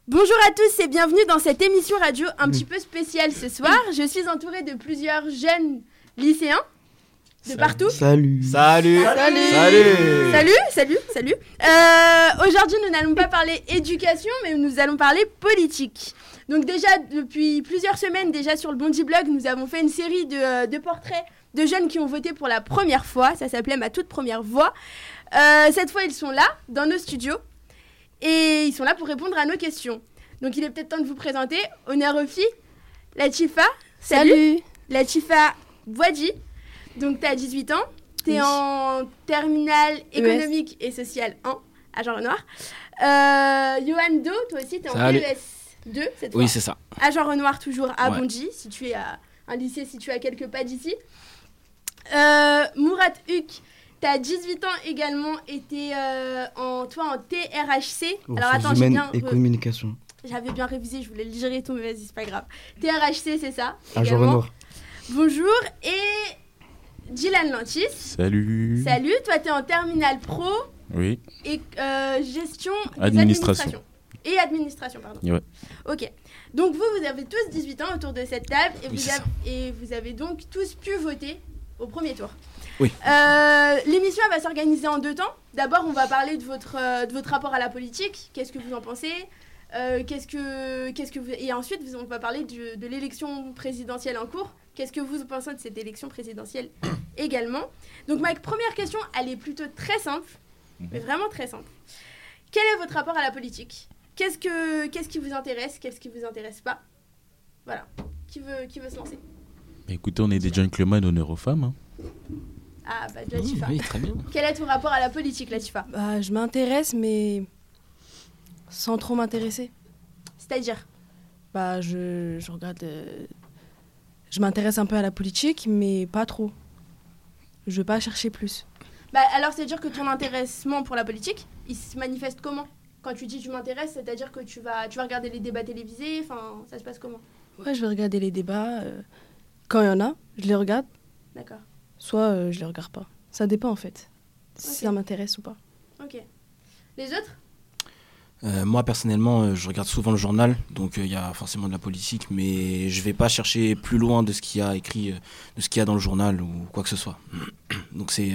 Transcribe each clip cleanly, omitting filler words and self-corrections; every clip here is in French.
Bonjour à tous et bienvenue dans cette émission radio un petit peu spéciale ce soir. Je suis entourée de plusieurs jeunes lycéens de partout. Salut. Aujourd'hui, nous n'allons pas parler éducation, mais nous allons parler politique. Donc déjà, depuis plusieurs semaines, déjà sur le Bondi Blog, nous avons fait une série de portraits de jeunes qui ont voté pour la première fois. Ça s'appelait Ma toute première voix. Cette fois, ils sont là, dans nos studios. Et ils sont là pour répondre à nos questions. Donc il est peut-être temps de vous présenter. Honneur aux filles. Latifa. Salut. Latifa Bouadji. Donc tu as 18 ans. Tu es en terminale économique et sociale 1 à Jean-Renoir. Johan Do, toi aussi tu es en PES 2 cette fois. Oui, c'est ça. À Jean-Renoir toujours à Bondy, situé à un lycée situé à quelques pas d'ici. Mourad Huck. T'as 18 ans également et t'es en TRHC. Alors attends, j'ai bien... et communication. J'avais bien révisé, je voulais le gérer tout, mais vas-y, c'est pas grave. TRHC, c'est ça. À Jean-Renoir. Bonjour, et Dylan Lantis. Salut. Salut, toi t'es en terminale pro. Oui. Et gestion Administration. Et administration, pardon. Ouais. Ok. Donc vous avez tous 18 ans autour de cette table et, Oui, vous avez donc tous pu voter au premier tour. Oui. L'émission elle va s'organiser en 2 temps. D'abord, on va parler de votre rapport à la politique. Qu'est-ce que vous en pensez qu'est-ce que vous... Et ensuite, on va parler de l'élection présidentielle en cours. Qu'est-ce que vous pensez de cette élection présidentielle également? Donc, ma première question, elle est plutôt très simple, mais vraiment très simple. Quel est votre rapport à la politique? Qu'est-ce qui vous intéresse? Qu'est-ce qui vous intéresse pas? Voilà. Qui veut se lancer? Écoutez, on est des gentlemen, honneur aux femmes. Hein. Ah, bah, Latifa. Oui, très bien. Quel est ton rapport à la politique, Latifa? Bah, je m'intéresse, mais sans trop m'intéresser. C'est-à-dire? Bah, je regarde... Je m'intéresse un peu à la politique, mais pas trop. Je veux pas chercher plus. Bah, alors, c'est-à-dire que ton intéressement pour la politique, il se manifeste comment? Quand tu dis « tu m'intéresses », c'est-à-dire que tu vas regarder les débats télévisés, enfin, ça se passe comment? Ouais, je vais regarder les débats. Quand il y en a, je les regarde. D'accord. Soit je les regarde pas. Ça dépend, en fait. Si Ok. ça m'intéresse ou pas. Ok. Les autres? Moi, personnellement, je regarde souvent le journal, donc il y a forcément de la politique, mais je vais pas chercher plus loin de ce qu'il y a écrit, de ce qu'il y a dans le journal ou quoi que ce soit. Donc c'est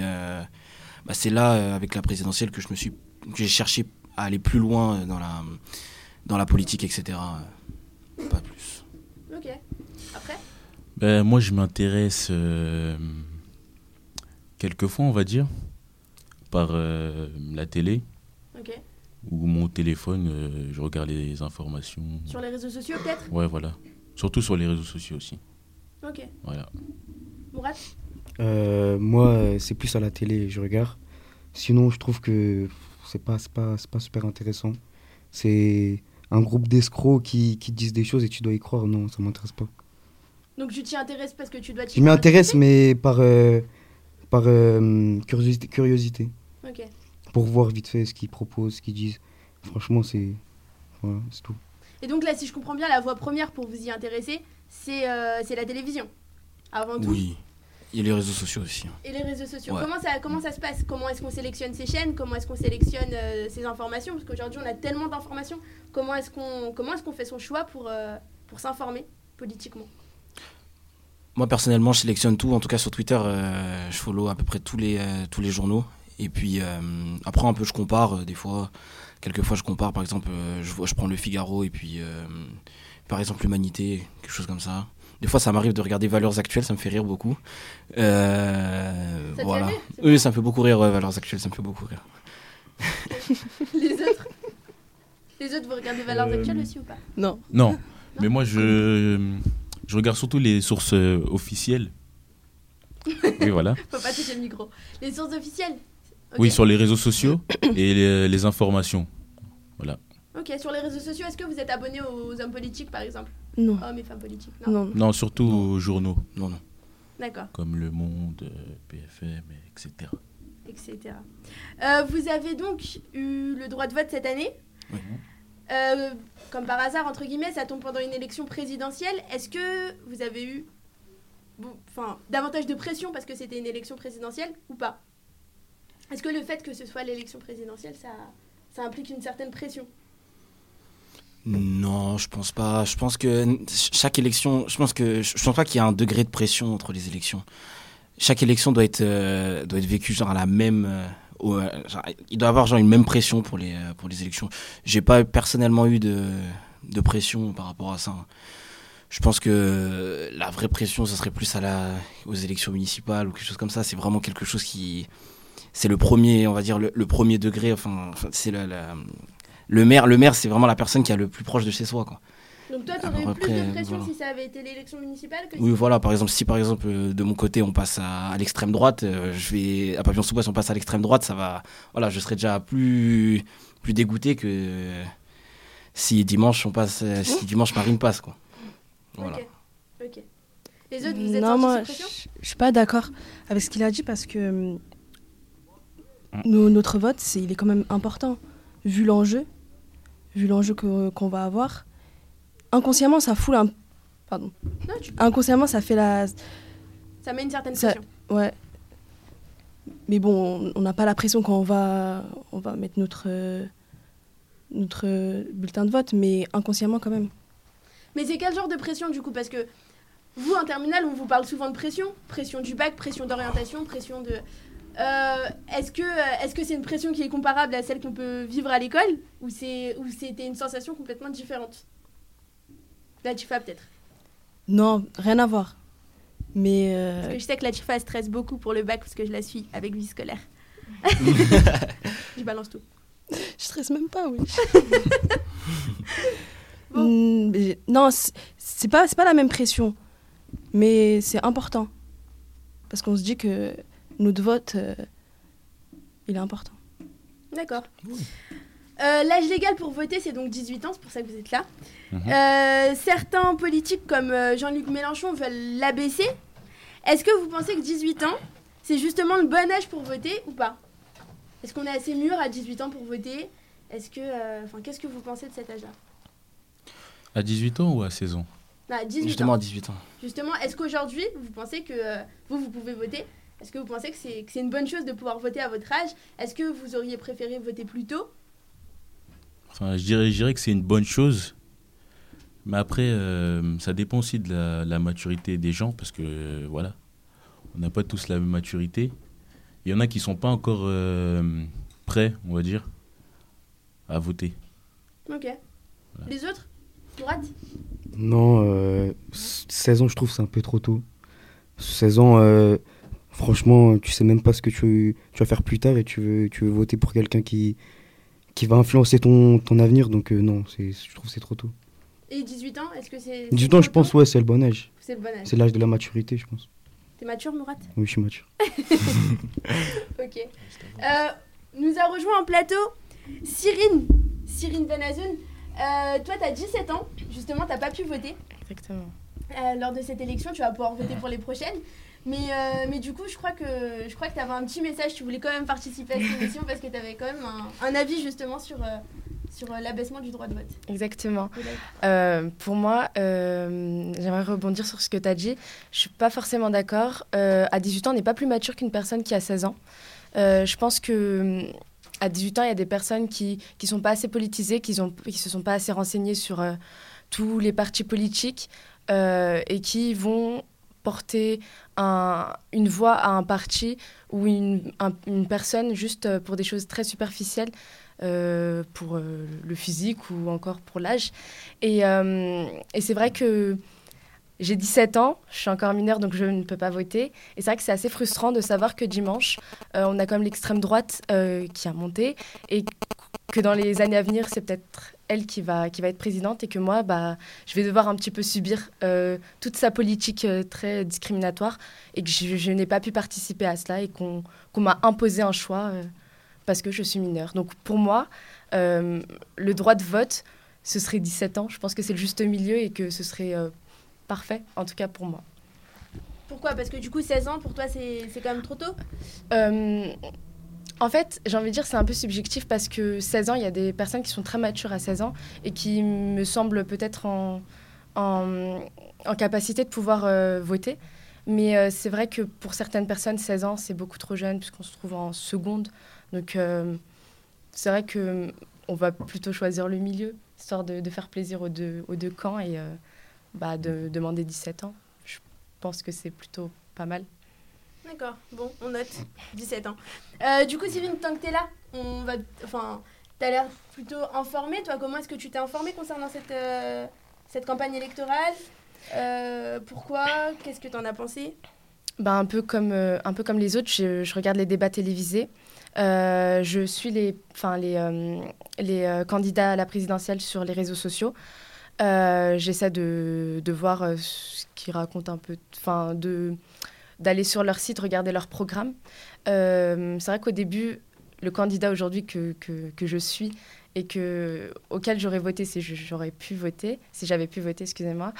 là, avec la présidentielle, que j'ai cherché à aller plus loin dans la politique, etc. Pas plus. Ok. Après? Moi, je m'intéresse quelquefois, on va dire, par la télé Ok. ou mon téléphone. Je regarde les informations. Sur les réseaux sociaux, peut-être? Ouais, voilà. Surtout sur les réseaux sociaux aussi. Ok. Voilà. Mourad? Moi, c'est plus à la télé, je regarde. Sinon, je trouve que c'est pas super intéressant. C'est un groupe d'escrocs qui disent des choses et tu dois y croire. Non, ça m'intéresse pas. Donc tu t'y intéresses parce que tu dois t'y Je m'intéresse, intéresser? mais par curiosité. Ok. Pour voir vite fait ce qu'ils proposent, ce qu'ils disent. Franchement, voilà, c'est tout. Et donc là, si je comprends bien, la voie première pour vous y intéresser, c'est la télévision, avant tout. Oui. Il y a les réseaux sociaux aussi. Et les réseaux sociaux. Ouais. Comment ça se passe? Comment est-ce qu'on sélectionne ces chaînes? Comment est-ce qu'on sélectionne ces informations? Parce qu'aujourd'hui, on a tellement d'informations. Comment est-ce qu'on fait son choix pour s'informer politiquement? Moi, personnellement, je sélectionne tout. En tout cas, sur Twitter, je follow à peu près tous les journaux. Et puis, après, un peu, je compare. Des fois, quelquefois, je compare. Par exemple, je prends Le Figaro et puis, par exemple, l'Humanité, quelque chose comme ça. Des fois, ça m'arrive de regarder Valeurs Actuelles, ça me fait rire beaucoup. Ça te fait voilà. rire? Oui, ça me fait beaucoup rire, ouais, Valeurs Actuelles, ça me fait beaucoup rire. Les autres? Les autres, vous regardez Valeurs Actuelles aussi ou pas? Non. Non. Mais moi, je regarde surtout les sources officielles. Oui, voilà. Faut pas toucher le micro. Les sources officielles? Ok. Oui, sur les réseaux sociaux et les informations. Voilà. Ok, sur les réseaux sociaux, est-ce que vous êtes abonné aux hommes politiques, par exemple? Non. Hommes et femmes politiques? Non. Non, surtout aux journaux, Non. D'accord, comme Le Monde, BFM, etc. etc. Vous avez donc eu le droit de vote cette année. Oui. Comme par hasard, entre guillemets, ça tombe pendant une élection présidentielle. Est-ce que vous avez eu davantage de pression parce que c'était une élection présidentielle ou pas? Est-ce que le fait que ce soit l'élection présidentielle, ça implique une certaine pression? Non, je pense pas. Je pense que chaque élection, je pense pas qu'il y a un degré de pression entre les élections. Chaque élection doit être vécue genre à la même, genre, il doit y avoir genre une même pression pour les élections. J'ai pas personnellement eu de pression par rapport à ça, hein. Je pense que la vraie pression, ce serait plus aux élections municipales ou quelque chose comme ça. C'est vraiment quelque chose c'est le premier, on va dire le premier degré. Enfin, c'est le maire, c'est vraiment la personne qui est le plus proche de chez soi, quoi. Donc toi, tu aurais eu plus de pression si ça avait été l'élection municipale que Oui, voilà, par exemple, si de mon côté on passe à l'extrême droite, à Papillon sous Bois, si on passe à l'extrême droite, je serais déjà plus dégoûté que si dimanche Marine passe, quoi. Voilà. Ok. Les autres, vous êtes Non, sentis moi, sous pression ? je suis pas d'accord avec ce qu'il a dit parce que notre vote, il est quand même important. Vu l'enjeu qu'on va avoir, inconsciemment, ça fout un... Pardon. Non, Inconsciemment, ça fait la... Ça met une certaine pression. Ouais. Mais bon, on n'a pas la pression quand on va mettre notre bulletin de vote, mais inconsciemment quand même. Mais c'est quel genre de pression du coup ? Parce que vous, en terminale, on vous parle souvent de pression. Pression du bac, pression d'orientation, pression de... Est-ce que c'est une pression qui est comparable à celle qu'on peut vivre à l'école ou c'était une sensation complètement différente ? Latifa peut-être. Non, rien à voir. Mais Parce que je sais que Latifa stresse beaucoup pour le bac parce que je la suis avec vie scolaire. Je balance tout. je stresse même pas, oui. Bon. Non, c'est pas la même pression, mais c'est important parce qu'on se dit que notre vote, il est important. D'accord. L'âge légal pour voter, c'est donc 18 ans, c'est pour ça que vous êtes là. Certains politiques comme Jean-Luc Mélenchon veulent l'abaisser. Est-ce que vous pensez que 18 ans, c'est justement le bon âge pour voter ou pas ? Est-ce qu'on est assez mûr à 18 ans pour voter ? Qu'est-ce que vous pensez de cet âge-là ? À 18 ans ou à 16 ans ? Non, à 18 Justement ans. à 18 ans. Justement, est-ce qu'aujourd'hui, vous pensez que vous pouvez voter ? Est-ce que vous pensez que c'est une bonne chose de pouvoir voter à votre âge ? Est-ce que vous auriez préféré voter plus tôt ? Enfin, je dirais que c'est une bonne chose. Mais après, ça dépend aussi de la maturité des gens, parce que, voilà, on n'a pas tous la même maturité. Il y en a qui ne sont pas encore prêts, on va dire, à voter. Ok. Voilà. Les autres ? Mourad ? Non, 16 ans, je trouve, c'est un peu trop tôt. 16 ans, franchement, tu sais même pas ce que tu vas faire plus tard et tu veux voter pour quelqu'un qui va influencer ton avenir. Donc non, je trouve que c'est trop tôt. Et 18 ans, est-ce que c'est... 18 ans, je pense, ouais, c'est le bon âge. C'est le bon âge. C'est l'âge de la maturité, je pense. T'es mature, Mourad ? Oui, je suis mature. Ok. Nous a rejoint en plateau Cyrine Benazoun. Toi, t'as 17 ans. Justement, t'as pas pu voter. Exactement. Lors de cette élection, tu vas pouvoir voter pour les prochaines. Mais du coup, je crois que tu avais un petit message. Tu voulais quand même participer à cette émission parce que tu avais quand même un avis justement sur l'abaissement du droit de vote. Exactement. Pour moi, j'aimerais rebondir sur ce que tu as dit. Je ne suis pas forcément d'accord. À 18 ans, on n'est pas plus mature qu'une personne qui a 16 ans. Je pense que à 18 ans, il y a des personnes qui ne sont pas assez politisées, qui se sont pas assez renseignées sur tous les partis politiques et qui vont porter une voix à un parti ou une personne juste pour des choses très superficielles, pour le physique ou encore pour l'âge. Et c'est vrai que j'ai 17 ans, je suis encore mineure, donc je ne peux pas voter. Et c'est vrai que c'est assez frustrant de savoir que dimanche, on a comme l'extrême droite qui a monté et que dans les années à venir, c'est peut-être elle qui va être présidente et que moi, je vais devoir un petit peu subir toute sa politique très discriminatoire et que je n'ai pas pu participer à cela et qu'on m'a imposé un choix parce que je suis mineure. Donc pour moi, le droit de vote, ce serait 17 ans. Je pense que c'est le juste milieu et que ce serait parfait, en tout cas pour moi. Pourquoi ? Parce que du coup, 16 ans, pour toi, c'est quand même trop tôt ? En fait, j'ai envie de dire c'est un peu subjectif parce que 16 ans, il y a des personnes qui sont très matures à 16 ans et qui me semblent peut-être en capacité de pouvoir voter. Mais c'est vrai que pour certaines personnes, 16 ans, c'est beaucoup trop jeune puisqu'on se trouve en seconde. Donc c'est vrai que on va plutôt choisir le milieu, histoire de faire plaisir aux deux camps et de demander 17 ans. Je pense que c'est plutôt pas mal. D'accord, bon, on note 17 ans. Du coup, Cyrine, tant que t'es là, t'as l'air plutôt informée. Toi, comment est-ce que tu t'es informée concernant cette campagne électorale ? Pourquoi ? Qu'est-ce que t'en as pensé ? Un peu comme les autres, je regarde les débats télévisés. Je suis les candidats à la présidentielle sur les réseaux sociaux. J'essaie de voir ce qu'ils racontent un peu, d'aller sur leur site, regarder leur programme. C'est vrai qu'au début, le candidat aujourd'hui que je suis et auquel j'aurais voté si j'avais pu voter, excusez-moi,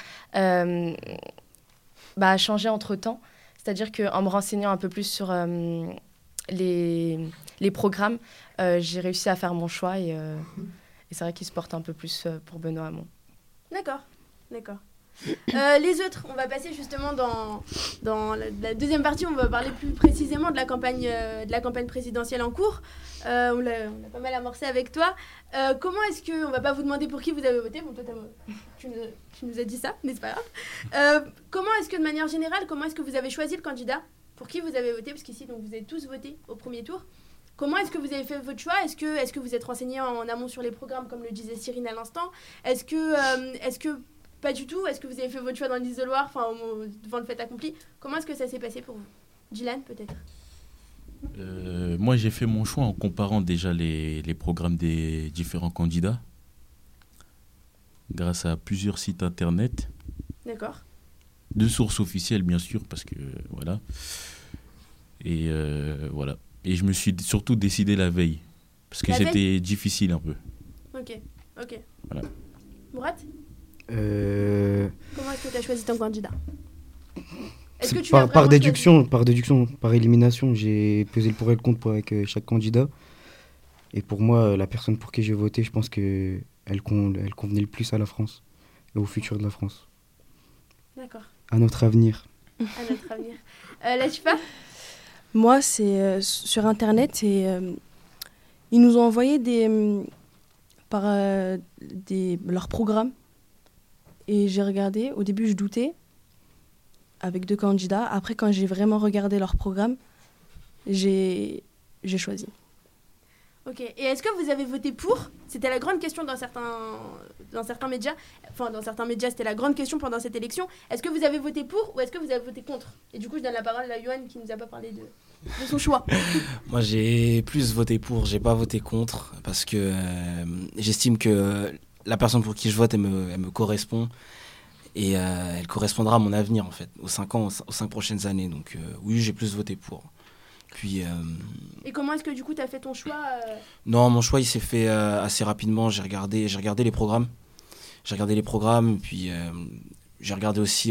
a changé entre-temps. C'est-à-dire qu'en me renseignant un peu plus sur les programmes, j'ai réussi à faire mon choix et c'est vrai qu'il se porte un peu plus pour Benoît Hamon. D'accord. Les autres, on va passer justement dans la deuxième partie, on va parler plus précisément de la campagne présidentielle en cours. On l'a pas mal amorcé avec toi. Comment est-ce que, on va pas vous demander pour qui vous avez voté, bon toi tu nous as dit ça, mais c'est pas grave. Comment est-ce que de manière générale, comment est-ce que vous avez choisi le candidat pour qui vous avez voté, parce qu'ici donc vous avez tous voté au premier tour. Comment est-ce que vous avez fait votre choix ? Est-ce que vous êtes renseigné en amont sur les programmes, comme le disait Cyrine à l'instant ? Est-ce que pas du tout ? Est-ce que vous avez fait votre choix dans l'isoloir, devant le fait accompli ? Comment est-ce que ça s'est passé pour vous ? Dylan, peut-être ? Moi, j'ai fait mon choix en comparant déjà les programmes des différents candidats, grâce à plusieurs sites internet. D'accord. De sources officielles, bien sûr, parce que voilà. Et voilà. Et je me suis surtout décidé la veille, parce que c'était difficile un peu. Ok. Voilà. Mourad ? Comment est-ce que tu as choisi ton candidat ? Est-ce que tu par déduction, par élimination, j'ai pesé le pour et le contre avec chaque candidat. Et pour moi, la personne pour qui j'ai voté, je pense qu'elle convenait le plus à la France et au futur de la France. D'accord. À notre avenir. Latifa ? Moi, c'est sur Internet et ils nous ont envoyé leurs programmes. Et j'ai regardé. Au début, je doutais avec 2 candidats. Après, quand j'ai vraiment regardé leur programme, j'ai choisi. Ok. Et est-ce que vous avez voté pour ? C'était la grande question dans certains médias. Enfin, dans certains médias, c'était la grande question pendant cette élection. Est-ce que vous avez voté pour ou est-ce que vous avez voté contre ? Et du coup, je donne la parole à Yohan qui nous a pas parlé de son choix. Moi, j'ai plus voté pour, j'ai pas voté contre, parce que j'estime que la personne pour qui je vote, elle me correspond. Et elle correspondra à mon avenir, en fait, aux 5 prochaines années. Donc oui, j'ai plus voté pour. Puis, Et comment est-ce que du coup tu as fait ton choix Non, mon choix il s'est fait assez rapidement. J'ai regardé les programmes. Puis j'ai regardé aussi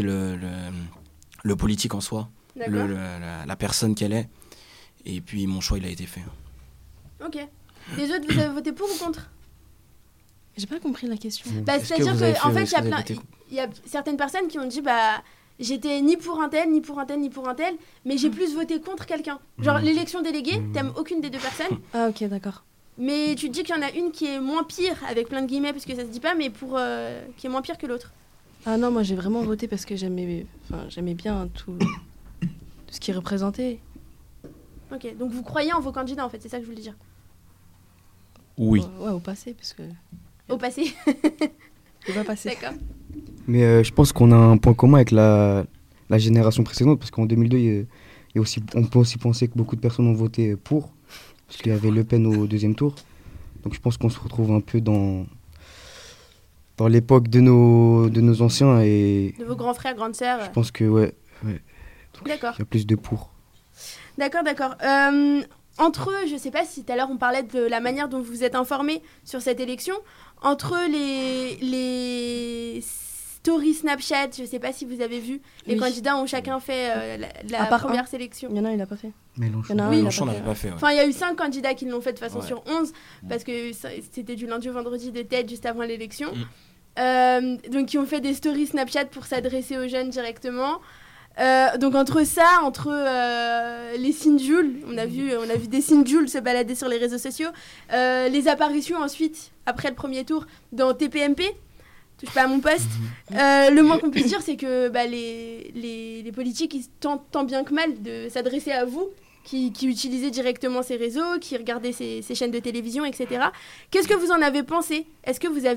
le politique en soi, la personne qu'elle est. Et puis mon choix il a été fait. Ok. Les autres, vous avez voté pour ou contre ? J'ai pas compris la question. C'est-à-dire qu'en fait, il y a certaines personnes qui ont dit j'étais ni pour un tel, mais j'ai plus voté contre quelqu'un. Genre, l'élection déléguée, t'aimes aucune des 2 personnes. Ah, ok, d'accord. Mais tu te dis qu'il y en a une qui est moins pire, avec plein de guillemets, parce que ça se dit pas, mais qui est moins pire que l'autre. Ah non, moi j'ai vraiment voté parce que j'aimais bien tout ce qui représentait. Ok, donc vous croyez en vos candidats, en fait, c'est ça que je voulais dire. Oui. Ouais, au passé, parce que... Au passé. C'est pas passé. D'accord. Mais je pense qu'on a un point commun avec la génération précédente, parce qu'en 2002, on peut aussi penser que beaucoup de personnes ont voté pour, parce qu'il y avait Le Pen au 2e tour. Donc je pense qu'on se retrouve un peu dans l'époque de nos anciens. Et de vos grands frères, grandes sœurs. Je pense que, ouais. Donc, d'accord. Il y a plus de pour. D'accord. Entre eux, je sais pas si tout à l'heure on parlait de la manière dont vous êtes informés sur cette élection, entre les stories Snapchat, je sais pas si vous avez vu, les candidats ont chacun fait la première sélection. Il y en a un, il l'a pas fait. Mélenchon n'avait pas fait. Ouais. Enfin, il y a eu 5 candidats qui l'ont fait de façon sur 11, parce que c'était du lundi au vendredi de tête juste avant l'élection. Donc, qui ont fait des stories Snapchat pour s'adresser aux jeunes directement. Donc entre ça, les Sinjul, on a vu des Sinjul se balader sur les réseaux sociaux, les apparitions ensuite, après le premier tour, dans TPMP, touche pas à mon poste. Le moins qu'on puisse dire, c'est que les politiques, ils tentent tant bien que mal de s'adresser à vous, qui utilisaient directement ces réseaux, qui regardaient ces chaînes de télévision, etc. Qu'est-ce que vous en avez pensé ? Est-ce que vous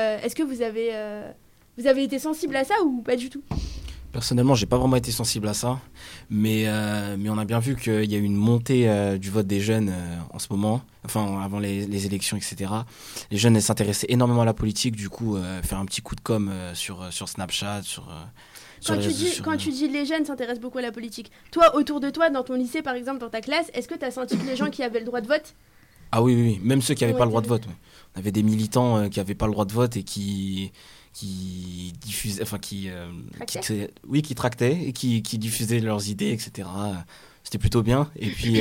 avez été sensible à ça ou pas du tout ? Personnellement, j'ai pas vraiment été sensible à ça, mais on a bien vu qu'il y a eu une montée du vote des jeunes en ce moment, enfin avant les élections, etc. Les jeunes s'intéressaient énormément à la politique, du coup, faire un petit coup de com sur Snapchat, Quand tu dis les jeunes s'intéressent beaucoup à la politique, toi, autour de toi, dans ton lycée par exemple, dans ta classe, est-ce que tu as senti que les gens qui avaient le droit de vote... Ah oui, même ceux qui n'avaient pas le droit de vote. Ouais. On avait des militants qui n'avaient pas le droit de vote et qui diffusaient, enfin qui tractaient et qui diffusaient leurs idées, etc. C'était plutôt bien. Et puis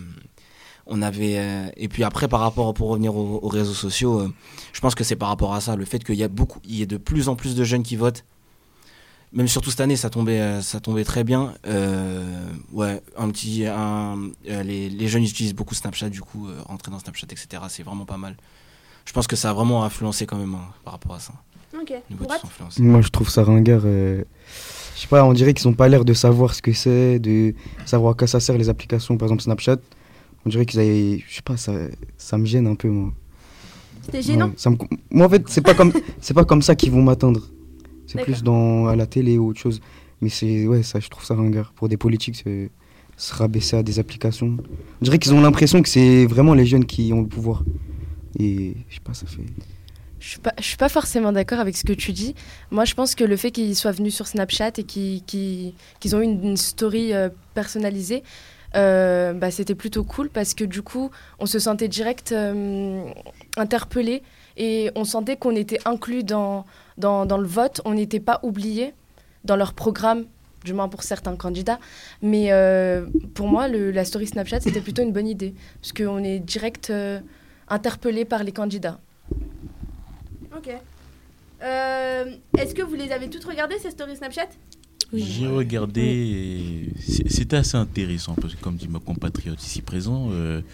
et puis après, par rapport, pour revenir aux réseaux sociaux, je pense que c'est par rapport à ça, le fait qu'il y ait de plus en plus de jeunes qui votent. Même surtout cette année, ça tombait très bien. Les jeunes utilisent beaucoup Snapchat, du coup, rentrer dans Snapchat, etc. C'est vraiment pas mal. Je pense que ça a vraiment influencé quand même par rapport à ça. Ok. Moi, je trouve ça ringard. Je sais pas, on dirait qu'ils ont pas l'air de savoir ce que c'est, de savoir à quoi ça sert les applications, par exemple Snapchat. On dirait qu'ils avaient, je sais pas, ça me gêne un peu, moi. C'était gênant. Moi, en fait, c'est pas comme ça qu'ils vont m'atteindre. C'est plus à la télé ou autre chose. Mais je trouve ça ringard. Pour des politiques, se rabaisser à des applications. On dirait qu'ils ont l'impression que c'est vraiment les jeunes qui ont le pouvoir. Et je sais pas, ça fait... Je suis pas forcément d'accord avec ce que tu dis. Moi, je pense que le fait qu'ils soient venus sur Snapchat et qu'ils ont eu une story personnalisée, c'était plutôt cool parce que du coup, on se sentait direct interpellé et on sentait qu'on était inclus dans le vote. On n'était pas oubliés dans leur programme, du moins pour certains candidats. Mais pour moi, la story Snapchat, c'était plutôt une bonne idée parce qu'on est direct interpellé par les candidats. Ok. Est-ce que vous les avez toutes regardées, ces stories Snapchat ? J'ai regardé et c'était assez intéressant parce que, comme dit ma compatriote ici présent,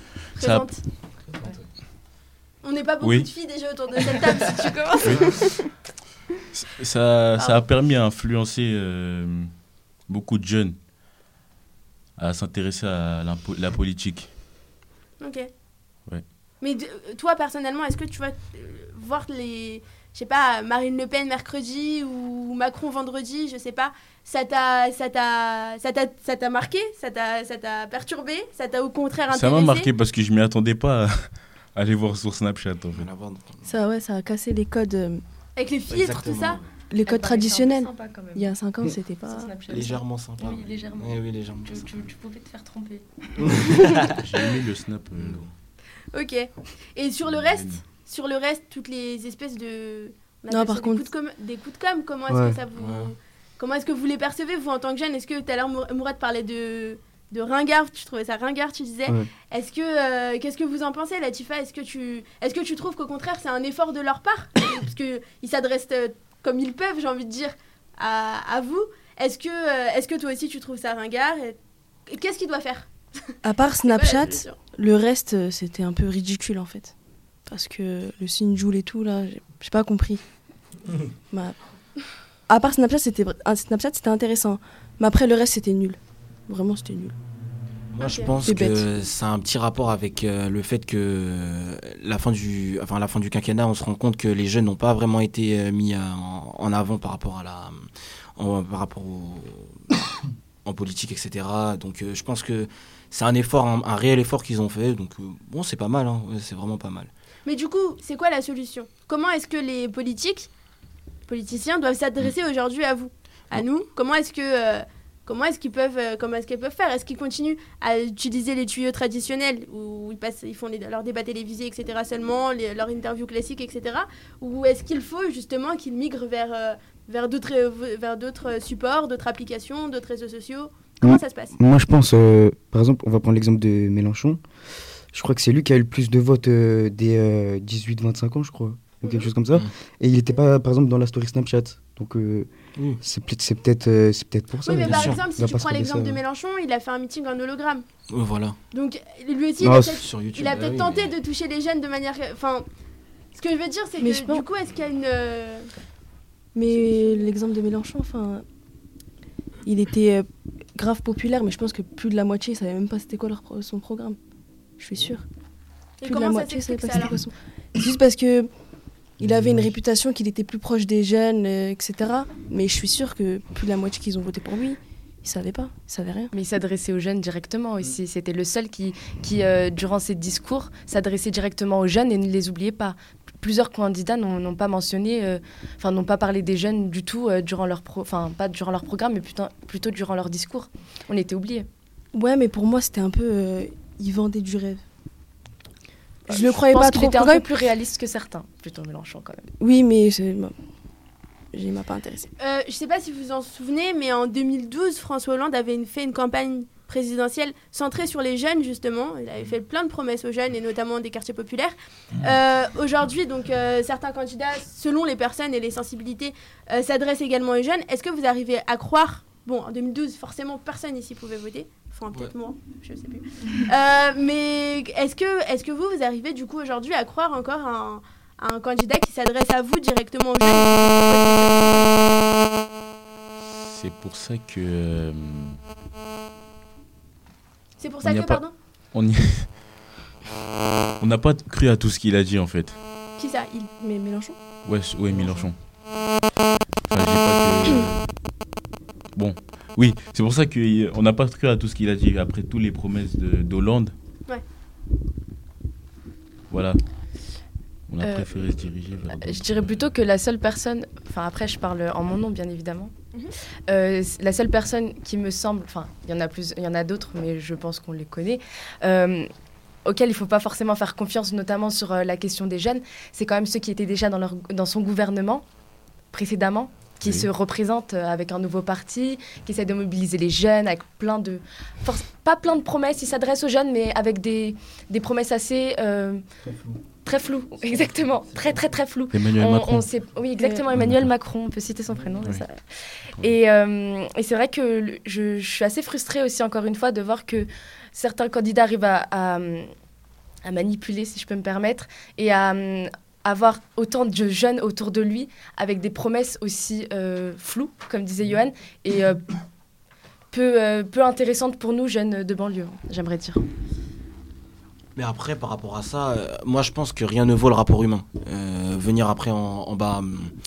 on n'est pas beaucoup de filles déjà autour de cette table si tu commences. Ça a permis à influencer beaucoup de jeunes à s'intéresser à la politique. Ok. Ouais. Mais toi, personnellement, est-ce que tu vas voir je sais pas, Marine Le Pen mercredi ou Macron vendredi, je sais pas, ça t'a marqué, ça t'a perturbé, ça t'a au contraire intéressé? Ça m'a marqué parce que je m'y attendais pas à aller voir sur Snapchat. En fait. Ça a cassé les codes. Avec les filtres, tout ça. Les codes traditionnels. Il y a 5 ans, c'était pas... Légèrement sympa. Oui, légèrement. Oui, légèrement. Tu pouvais te faire tromper. J'ai aimé le Snap. Ok. Et sur le reste, toutes les espèces de... Non, par contre... des coups de com', comment est-ce que ça vous... Ouais. Comment est-ce que vous les percevez, vous, en tant que jeune? Est-ce que tout à l'heure, Mourad parlait de ringard, tu trouvais ça ringard, tu disais. Ouais. Est-ce que qu'est-ce que vous en pensez, Latifa? Est-ce que tu trouves qu'au contraire c'est un effort de leur part parce que ils s'adressent comme ils peuvent, j'ai envie de dire, à vous? Est-ce que toi aussi tu trouves ça ringard? Et qu'est-ce qu'il doit faire? À part Snapchat, le reste c'était un peu ridicule en fait, parce que le Sinjoul et tout là, j'ai pas compris. À part Snapchat, c'était intéressant, mais après le reste c'était nul. Vraiment, c'était nul. Moi, je pense que c'est un petit rapport avec le fait que la fin du quinquennat, on se rend compte que les jeunes n'ont pas vraiment été mis en avant par rapport en politique, etc. Donc, je pense que c'est un effort, un réel effort qu'ils ont fait. Donc, c'est pas mal, hein. C'est vraiment pas mal. Mais du coup, c'est quoi la solution? Comment est-ce que les politiciens doivent s'adresser aujourd'hui à vous, à nous? Comment est-ce qu'ils peuvent faire? Est-ce qu'ils continuent à utiliser les tuyaux traditionnels où ils font leurs débats télévisés, etc. seulement, leurs interviews classiques, etc. Ou est-ce qu'il faut justement qu'ils migrent vers d'autres supports, d'autres applications, d'autres réseaux sociaux? Comment ça se passe? Moi, je pense, par exemple, on va prendre l'exemple de Mélenchon. Je crois que c'est lui qui a eu le plus de votes des 18-25 ans, je crois. ou quelque chose comme ça. Et il n'était pas, par exemple, dans la story Snapchat. Donc, c'est peut-être pour ça. Oui, mais par sûr. exemple, si On va tu pas se prends regarder l'exemple ça. de Mélenchon, il a fait un meeting en hologramme. Voilà. Donc, lui aussi, Non, Sur YouTube. il a bah peut-être oui, tenté mais- de toucher les jeunes de manière... Enfin, ce que je veux dire, c'est Mais que je pense- du coup, est-ce qu'il y a une... Mais l'exemple de Mélenchon, enfin, il était grave populaire, mais je pense que plus de la moitié ne savait même pas c'était quoi son programme. Je suis sûre. Et Plus de la comment ça moitié savait s'explique pas ça c'était alors quoi son... C'est juste parce que il avait une réputation qu'il était plus proche des jeunes, etc. Mais je suis sûre que plus de la moitié qu'ils ont voté pour lui, ils savaient pas, ils savaient rien. Mais il s'adressait aux jeunes directement aussi. C'était le seul qui durant ses discours, s'adressait directement aux jeunes et ne les oubliait pas. Plusieurs candidats n'ont pas mentionné, n'ont pas parlé des jeunes du tout durant leur pas durant leur programme, mais plutôt durant leur discours. On était oubliés. Ouais, mais pour moi, c'était un peu... ils vendaient du rêve. Je le croyais pense pas qu'il trop. était un Quand même- peu plus réaliste que certains, plutôt Mélenchon quand même. Oui, mais il m'a pas intéressé. Je sais pas si vous vous en souvenez, mais en 2012, François Hollande avait fait une campagne présidentielle centrée sur les jeunes, justement. Il avait fait plein de promesses aux jeunes, et notamment des quartiers populaires. Aujourd'hui, donc, certains candidats, selon les personnes et les sensibilités, s'adressent également aux jeunes. Est-ce que vous arrivez à croire... Bon, en 2012, forcément, personne ici pouvait voter. Enfin, peut-être moi, je sais plus. Mais est-ce que vous arrivez, du coup, aujourd'hui, à croire encore à un candidat qui s'adresse à vous directement aux jeunes? C'est pour ça que C'est pour On ça n'y que, a pas- pardon on n'a pas cru à tout ce qu'il a dit en fait. Qui ça? Mais Mélenchon Ouais, Mélenchon. Enfin, je dis pas que... Bon, oui, c'est pour ça qu'on n'a pas cru à tout ce qu'il a dit après toutes les promesses d'Hollande. Ouais. Voilà. On a préféré se diriger vers d'autres. Je dirais plutôt que la seule personne, enfin après je parle en mon nom bien évidemment, la seule personne qui me semble, enfin il y en a d'autres mais je pense qu'on les connaît, auxquels il ne faut pas forcément faire confiance, notamment sur la question des jeunes, c'est quand même ceux qui étaient déjà dans son gouvernement précédemment, qui Oui. se représentent avec un nouveau parti, qui essaie de mobiliser les jeunes avec pas plein de promesses, ils s'adressent aux jeunes mais avec des promesses assez... Très flou, exactement, très flou. Emmanuel Macron. Oui, exactement, Ouais. Emmanuel Macron, on peut citer son prénom. Oui. Ça. Et c'est vrai que je suis assez frustrée aussi, encore une fois, de voir que certains candidats arrivent à manipuler, si je peux me permettre, et à avoir autant de jeunes autour de lui, avec des promesses aussi floues, comme disait Johan, et peu intéressantes pour nous, jeunes de banlieue, j'aimerais dire. Mais après, par rapport à ça, moi je pense que rien ne vaut le rapport humain. Venir après en bas,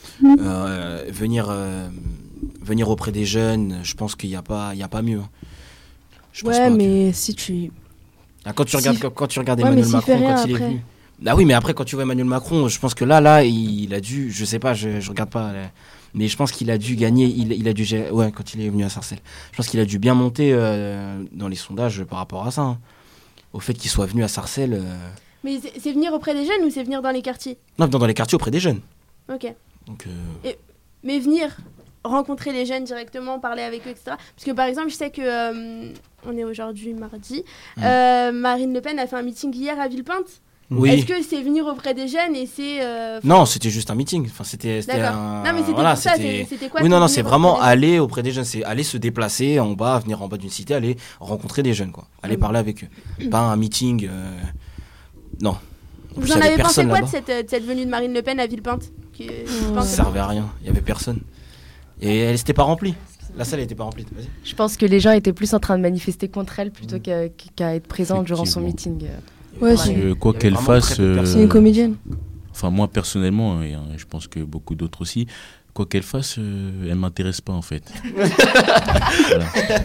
venir auprès des jeunes, je pense qu'il n'y a pas mieux. Je pense Ouais, pas mais si tu... quand tu regardes Ouais, Emmanuel mais s'il Macron fait rien quand il est après. venu. Ah oui, mais après quand tu vois Emmanuel Macron, je pense que là, il a dû, je sais pas, je regarde pas, mais je pense qu'il a dû gagner. Il a dû, ouais, quand il est venu à Sarcelles, je pense qu'il a dû bien monter dans les sondages par rapport à ça. Hein. Au fait qu'il soit venu à Sarcelles. Mais c'est venir auprès des jeunes ou c'est venir dans les quartiers? Non, dans les quartiers auprès des jeunes. Ok. Donc, Mais venir rencontrer les jeunes directement, parler avec eux, etc. Parce que par exemple, je sais que on est aujourd'hui mardi. Marine Le Pen a fait un meeting hier à Villepinte. oui. Est-ce que c'est venir auprès des jeunes et c'est Non, c'était juste un meeting. Enfin, c'était D'accord. un. Non, mais c'était voilà, pour ça. C'était quoi? Oui, non, venir c'est auprès vraiment des jeunes aller auprès des jeunes. C'est aller se déplacer en bas, venir en bas d'une cité, aller rencontrer des jeunes, quoi. Aller parler avec eux. Pas un meeting. Non. En plus, Vous il y en avait avez pensé personne quoi de là-bas. cette venue de Marine Le Pen à Villepinte Ça servait à rien. Il y avait personne. Et elle n'était pas remplie. La salle n'était pas remplie. Vas-y. Je pense que les gens étaient plus en train de manifester contre elle plutôt qu'à être présents durant son Effectivement. meeting. Ouais, Parce que Quoi il y avait qu'elle vraiment fasse, très peu de personnes. c'est une comédienne. Enfin, moi personnellement, et je pense que beaucoup d'autres aussi, quoi qu'elle fasse, elle m'intéresse pas en fait. Voilà.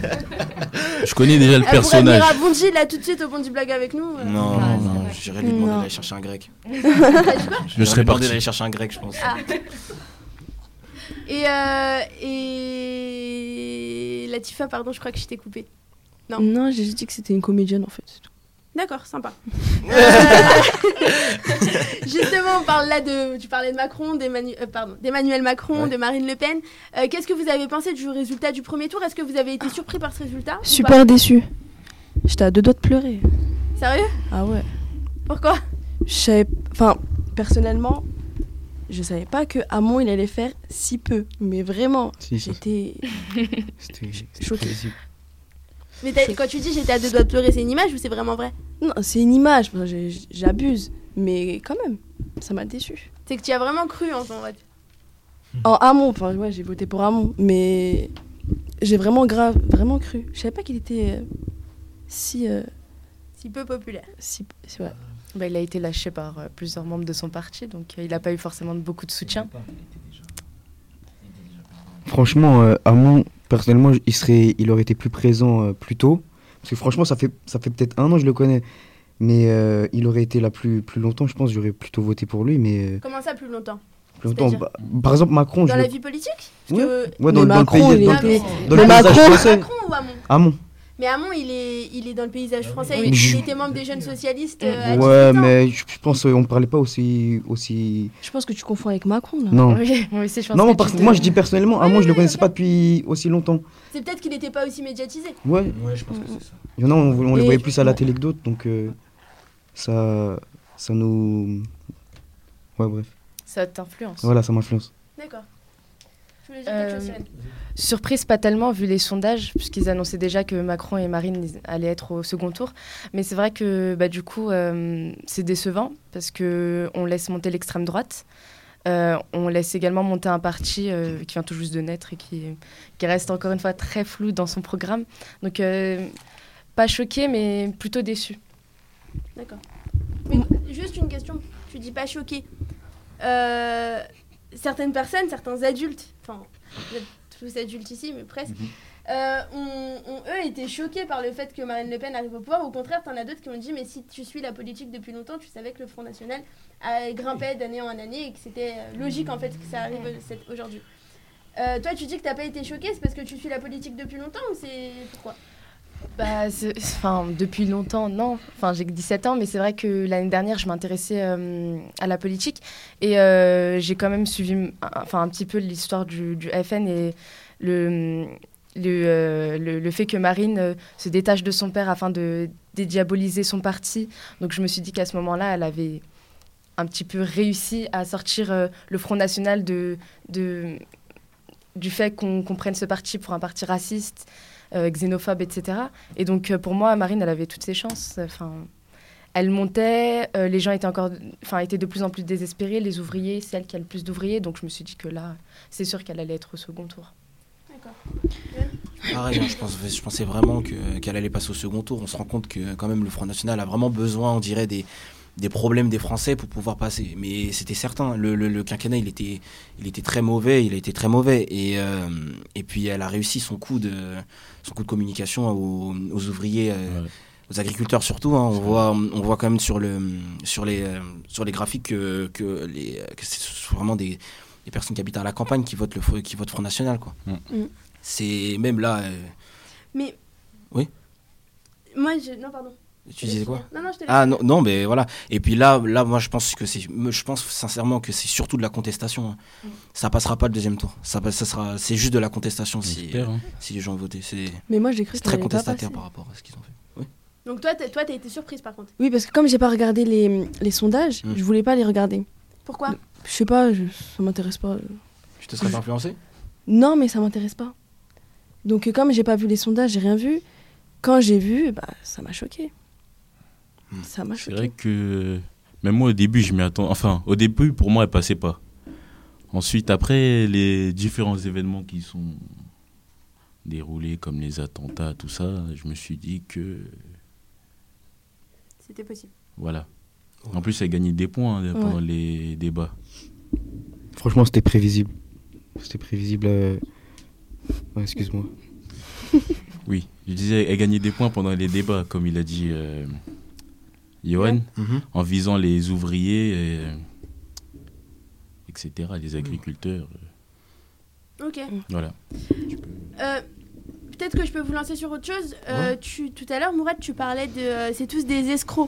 Je connais déjà le Elle pourrait personnage. venir à Bondy là tout de suite au Bondy Blog avec nous. Non, Ah, non, c'est j'irais lui demander Non. d'aller chercher un grec. Je serais parti. d'aller chercher un grec, je pense. Ah. Et Latifa, pardon, je crois que je t'ai coupé. Non. Non, j'ai juste dit que c'était une comédienne en fait. c'est tout. D'accord, sympa. Justement, on parle là tu parlais de Macron, d'Emmanuel Macron, Ouais. de Marine Le Pen. Qu'est-ce que vous avez pensé du résultat du premier tour? Est-ce que vous avez été surpris par ce résultat ou Super déçue. J'étais à 2 doigts de pleurer. pas? Sérieux? Ah ouais. Pourquoi? Je savais... Enfin, personnellement, je savais pas que Hamon, il allait faire si peu. Mais vraiment, Si, ça, j'étais c'était choquée. prévisible. Mais quand tu dis j'étais à deux doigts de pleurer, c'est une image ou c'est vraiment vrai? Non, c'est une image, enfin, j'abuse. Mais quand même, ça m'a déçue. C'est que tu as vraiment cru en ton vote. En Hamon, enfin, ouais, j'ai voté pour Hamon. Mais j'ai vraiment cru. Je savais pas qu'il était si... Si peu populaire. ouais. Bah, il a été lâché par plusieurs membres de son parti, donc il n'a pas eu forcément beaucoup de soutien. Franchement, Hamon, personnellement, il aurait été plus présent plus tôt. Parce que franchement, ça fait peut-être 1 an que je le connais. Mais il aurait été là plus longtemps, je pense. J'aurais plutôt voté pour lui. Mais Comment ça, plus longtemps? plus longtemps, C'est-à-dire par exemple, Macron. Dans je la le- vie politique? Ouais. Parce que- Ouais, dans Mais le Macron, pays, il dans était- le Mais paysage Macron- français. Macron ou Hamon? Hamon. Mais Hamon, il est dans le paysage français. Oui. Il était membre des jeunes socialistes à 18 Ouais, ans. mais je pense on parlait pas aussi. Je pense que tu confonds avec Macron, là. Non. Oui, moi aussi, je pense Non, que tu te- moi je dis personnellement, Hamon, je le oui, connaissais ok. pas depuis aussi longtemps. C'est peut-être qu'il n'était pas aussi médiatisé. Ouais. Ouais, je pense que c'est ça. Il y en a, on les Et- voyait plus à la télé que d'autres, donc ça nous. Ouais, bref. Ça t'influence. Voilà, ça m'influence. D'accord. Je voulais dire quelque chose, Cyrène. Surprise pas tellement vu les sondages, puisqu'ils annonçaient déjà que Macron et Marine allaient être au second tour. Mais c'est vrai que du coup, c'est décevant, parce qu'on laisse monter l'extrême droite. On laisse également monter un parti qui vient tout juste de naître et qui reste encore une fois très flou dans son programme. Donc, pas choqué, mais plutôt déçu. D'accord. Mais juste une question. Tu dis pas choqué. Certaines personnes, certains adultes, enfin, vous êtes tous adultes ici, mais presque, ont eux été choqués par le fait que Marine Le Pen arrive au pouvoir. Au contraire, t'en as d'autres qui ont dit mais si tu suis la politique depuis longtemps, tu savais que le Front National grimpait d'année en année et que c'était logique en fait que ça arrive aujourd'hui. Toi, tu dis que t'as pas été choqué, c'est parce que tu suis la politique depuis longtemps ou c'est pourquoi? Depuis longtemps, non. Enfin, j'ai que 17 ans, mais c'est vrai que l'année dernière, je m'intéressais à la politique et j'ai quand même suivi un petit peu l'histoire du FN et le fait que Marine se détache de son père afin de dédiaboliser son parti. Donc je me suis dit qu'à ce moment-là, elle avait un petit peu réussi à sortir le Front National du fait qu'on prenne ce parti pour un parti raciste, xénophobe, etc. Et donc pour moi, Marine, elle avait toutes ses chances. Elle montait, les gens étaient de plus en plus désespérés, les ouvriers, c'est elle qui a le plus d'ouvriers. Donc je me suis dit que là, c'est sûr qu'elle allait être au second tour. D'accord. Pareil, hein, je pensais vraiment qu'elle allait passer au second tour. On se rend compte que quand même le Front National a vraiment besoin, on dirait, des problèmes des Français pour pouvoir passer. Mais c'était certain, le quinquennat, il était très mauvais, il a été très mauvais. Et puis elle a réussi son coup de communication aux ouvriers, aux agriculteurs surtout. Hein. On voit quand même sur les graphiques que c'est vraiment des personnes qui habitent à la campagne qui votent Front National, quoi. C'est même là. Mais. Oui. Non, pardon. Tu disais quoi? Non, je te laisse. Ah non, mais voilà. Et puis là, moi, je pense sincèrement que c'est surtout de la contestation. Hein. Ça passera pas le deuxième tour. C'est juste de la contestation si les gens votaient. Mais moi, j'ai cru C'est qu'elle très allait pas contestataire passer. par rapport à ce qu'ils ont fait. Oui. Donc toi, t'as été surprise par contre. Oui, parce que comme j'ai pas regardé les sondages, je voulais pas les regarder. Pourquoi? Je sais pas, ça m'intéresse pas. Tu te serais fait influencer? Non, mais ça m'intéresse pas. Donc comme j'ai pas vu les sondages, j'ai rien vu. Quand j'ai vu, ça m'a choqué. Ça m'a C'est choqué. vrai que même moi au début, je m'y attends. Enfin, au début, pour moi, elle passait pas. Ensuite, après les différents événements qui sont déroulés, comme les attentats, tout ça, je me suis dit que C'était possible. voilà. En plus, elle a gagné des points pendant les débats. Franchement, c'était prévisible. C'était prévisible. Ouais, excuse-moi. Oui, je disais, elle gagnait des points pendant les débats, comme il a dit Johan, en visant les ouvriers, etc., les agriculteurs. Ok. Voilà. Peut-être que je peux vous lancer sur autre chose. Tout à l'heure, Mourad, tu parlais de c'est tous des escrocs.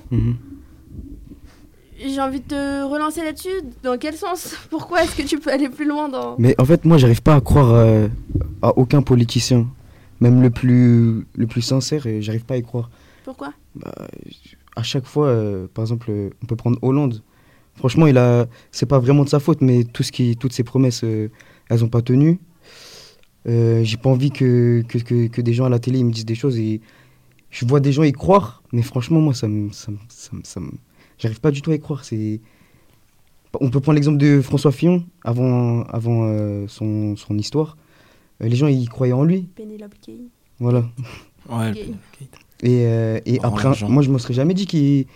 J'ai envie de te relancer là-dessus. Dans quel sens? Pourquoi est-ce que tu peux aller plus loin dans... Mais en fait, moi, j'arrive pas à croire à aucun politicien. Même le plus sincère, j'arrive pas à y croire. Pourquoi? À chaque fois, par exemple, on peut prendre Hollande. Franchement, c'est pas vraiment de sa faute, mais toutes ses promesses, elles ont pas tenu. J'ai pas envie que des gens à la télé ils me disent des choses et je vois des gens y croire, mais franchement, moi, j'arrive pas du tout à y croire. On peut prendre l'exemple de François Fillon, avant son histoire. Les gens, ils croyaient en lui. Pénélope Gay. Voilà. Ouais, Gay. Et après, moi, je me serais jamais dit qu'il...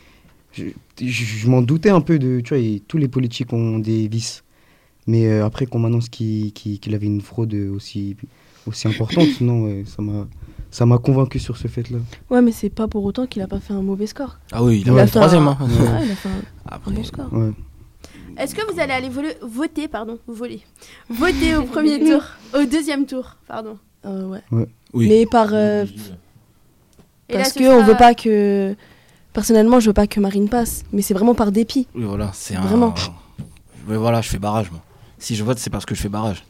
Je m'en doutais un peu tu vois, tous les politiques ont des vices. Mais après qu'on m'annonce qu'il avait une fraude aussi importante, non, ouais, ça m'a convaincu sur ce fait-là. Ouais, mais c'est pas pour autant qu'il a pas fait un mauvais score. Ah oui, Il a fait troisième. Hein. Ouais, il a fait un Après, bon score. Ouais. Est-ce que vous allez aller voter au premier tour, au deuxième tour, pardon. Ouais. oui. Mais Et là, parce ce que sera- on veut pas que... Personnellement, je veux pas que Marine passe, mais c'est vraiment par dépit. Oui, voilà, c'est Vraiment. Oui, voilà, je fais barrage, moi. Si je vote, c'est parce que je fais barrage.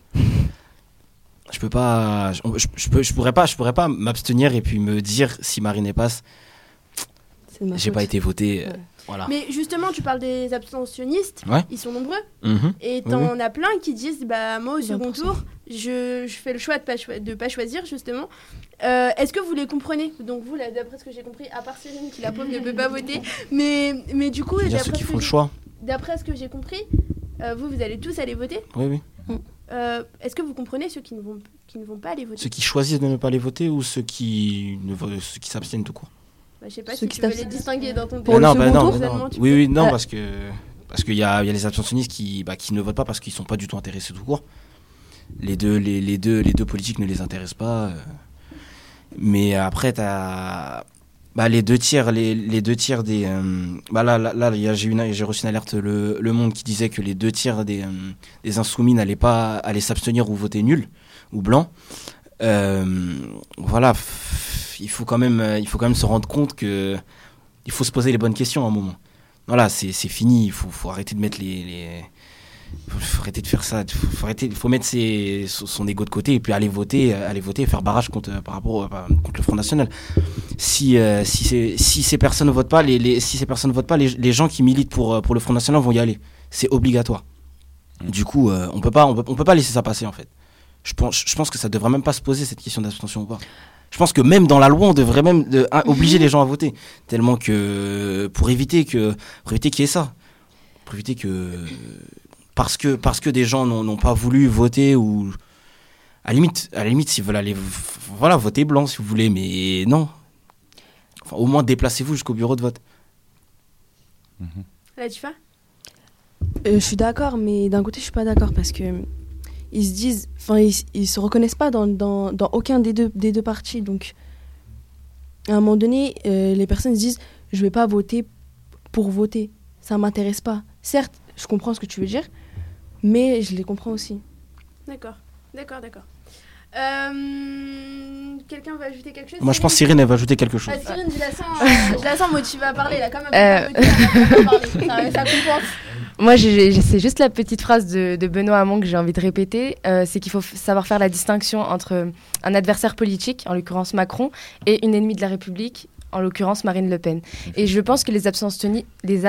Je peux pas... Je pourrais pas m'abstenir et puis me dire si Marine passe, C'est de ma j'ai faute. pas été voté. Ouais. Voilà. Mais justement, tu parles des abstentionnistes, Ouais. ils sont nombreux. Mhm. Et t'en as plein qui disent, bah moi au second tour, je fais le choix de pas choisir justement. Est-ce que vous les comprenez? Donc vous, là, d'après ce que j'ai compris, à part Cyrine qui la pauvre ne peut pas voter, mais du coup, Il y a ceux qui font le choix. d'après ce que j'ai compris, vous allez tous aller voter. Oui, oui. Est-ce que vous comprenez ceux qui ne vont pas aller voter? Ceux qui choisissent de ne pas aller voter ou ceux qui s'abstiennent tout court. Bah, je sais pas Ceux si qui tu veux les s'abstiennent. distinguer dans ton Pour le non, second non, tour, mais non. finalement, tu Oui, peux. oui, non, Ouais. parce qu'il y a les abstentionnistes qui ne votent pas parce qu'ils sont pas du tout intéressés tout court. Les deux politiques ne les intéressent pas. Mais après, t'as les deux tiers des. J'ai reçu une alerte Le Monde qui disait que les deux tiers des insoumis n'allaient pas aller s'abstenir ou voter nul ou blanc. Voilà, il faut quand même se rendre compte que il faut se poser les bonnes questions à un moment. Voilà, c'est fini. Il faut arrêter de mettre faut arrêter de faire ça. Il faut mettre son ego de côté et puis aller voter et faire barrage contre le Front National. Si ces personnes ne votent pas, les gens qui militent pour le Front National vont y aller. C'est obligatoire. Du coup, on peut pas laisser ça passer en fait. Je pense que ça devrait même pas se poser cette question d'abstention ou pas. Je pense que même dans la loi, on devrait même obliger les gens à voter, tellement que pour éviter qu'il y ait ça, pour éviter que parce que des gens n'ont pas voulu voter ou à la limite s'ils veulent aller voter blanc si vous voulez, mais non. Enfin, au moins déplacez-vous jusqu'au bureau de vote. Là, tu fais Je suis d'accord, mais d'un côté, je suis pas d'accord parce que ils se disent, ils se reconnaissent pas dans aucun des deux partis. Donc, à un moment donné, les personnes se disent, je vais pas voter pour voter. Ça m'intéresse pas. Certes, je comprends ce que tu veux dire, mais je les comprends aussi. D'accord. Quelqu'un va ajouter quelque chose? Moi, je pense que Cyrine elle va ajouter quelque chose. Ah, Cyrine, je la sens motivée à parler là, quand même. Ça compense. Moi, c'est juste la petite phrase de Benoît Hamon que j'ai envie de répéter. C'est qu'il faut savoir faire la distinction entre un adversaire politique, en l'occurrence Macron, et une ennemie de la République, en l'occurrence Marine Le Pen. Et je pense que les abstentionnistes,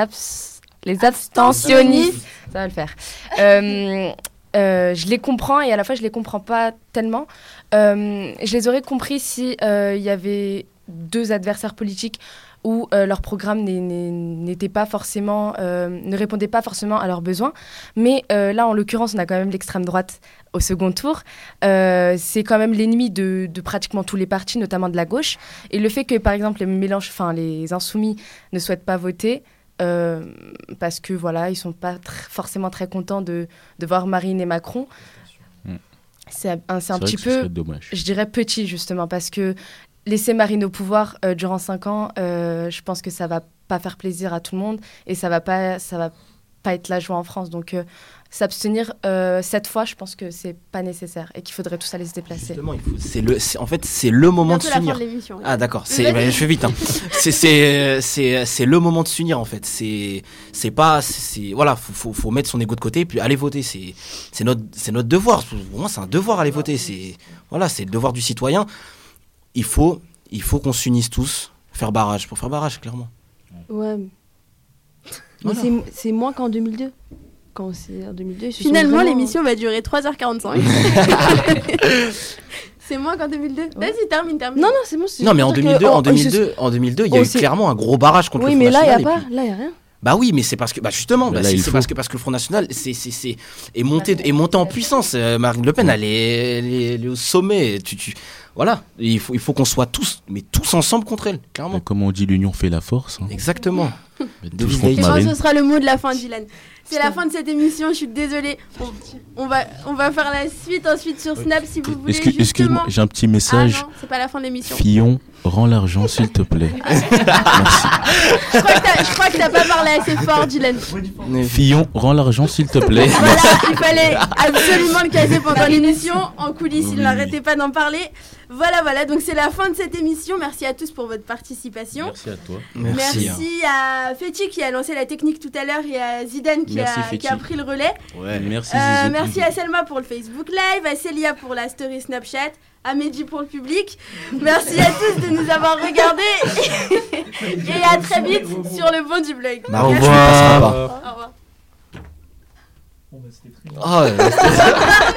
ça va le faire. Je les comprends et à la fois je les comprends pas tellement. Je les aurais compris si il y avait deux adversaires politiques où leur programme n'était pas forcément, ne répondait pas forcément à leurs besoins. Mais là, en l'occurrence, on a quand même l'extrême droite au second tour. C'est quand même l'ennemi de pratiquement tous les partis, notamment de la gauche. Et le fait que, par exemple, les insoumis ne souhaitent pas voter, parce que voilà, ils sont pas forcément très contents de voir Marine et Macron. C'est un petit peu, dommage. je dirais petit justement, parce que laisser Marine au pouvoir durant 5 ans, je pense que ça va pas faire plaisir à tout le monde et ça va pas être la joie en France. Donc s'abstenir 7 fois, je pense que c'est pas nécessaire et qu'il faudrait tous aller se déplacer. Justement, c'est le moment de Bientôt la fin s'unir. de l'émission. Ah d'accord, Vas-y. je fais vite. Hein. C'est le moment de s'unir en fait. Voilà, faut mettre son ego de côté et puis aller voter. C'est notre devoir. Pour moi, c'est un devoir aller voter. C'est le devoir du citoyen. Il faut qu'on s'unisse tous, faire barrage, clairement. Ouais. Mais Voilà. c'est moins qu'en 2002. Quand c'est en 2002, ils se sont Finalement, vraiment- l'émission va durer 3h45. C'est moins qu'en 2002. Vas-y, termine. Non, c'est bon. c'est Non, mais en juste que- 2002, il y a on eu s'est- clairement un gros barrage contre Oui, le Front mais là, il n'y a National. pas. Là, il n'y a rien. Bah oui, mais c'est parce que justement, Là, c'est il faut. parce que le Front National est monté en puissance. Marine Le Pen, elle est au sommet. Voilà, il faut qu'on soit tous ensemble contre elle, clairement. Comme on dit, l'union fait la force. Hein. Exactement. Mais Devise tous contre Et d'Haïti. ce sera le mot de la fin, Dylan. C'est la fin de cette émission, je suis désolée. On va faire la suite ensuite sur Snap si vous voulez. Excuse-moi, justement. j'ai un petit Ah message. non, c'est pas la fin de l'émission. Fillon, rends l'argent s'il te plaît. Merci. Je crois que t'as pas parlé assez fort, Dylan. Fillon, rends l'argent s'il te plaît. Voilà, il fallait absolument le caser pendant l'émission. En coulisses, il n'arrêtait pas d'en parler. Voilà, donc c'est la fin de cette émission. Merci à tous pour votre participation. Merci à toi. Merci. hein. Merci à Fetty qui a lancé la technique tout à l'heure et à Zidane Merci, qui Fetty. a pris le relais. Ouais. Merci Zizou. Merci à Selma pour le Facebook Live, à Célia pour la story Snapchat, à Mehdi pour le public. Merci à tous de nous avoir regardés et à très vite sur le Bon du Blog. Marie, Merci. tu ne passeras pas. Au revoir. Oh, ouais,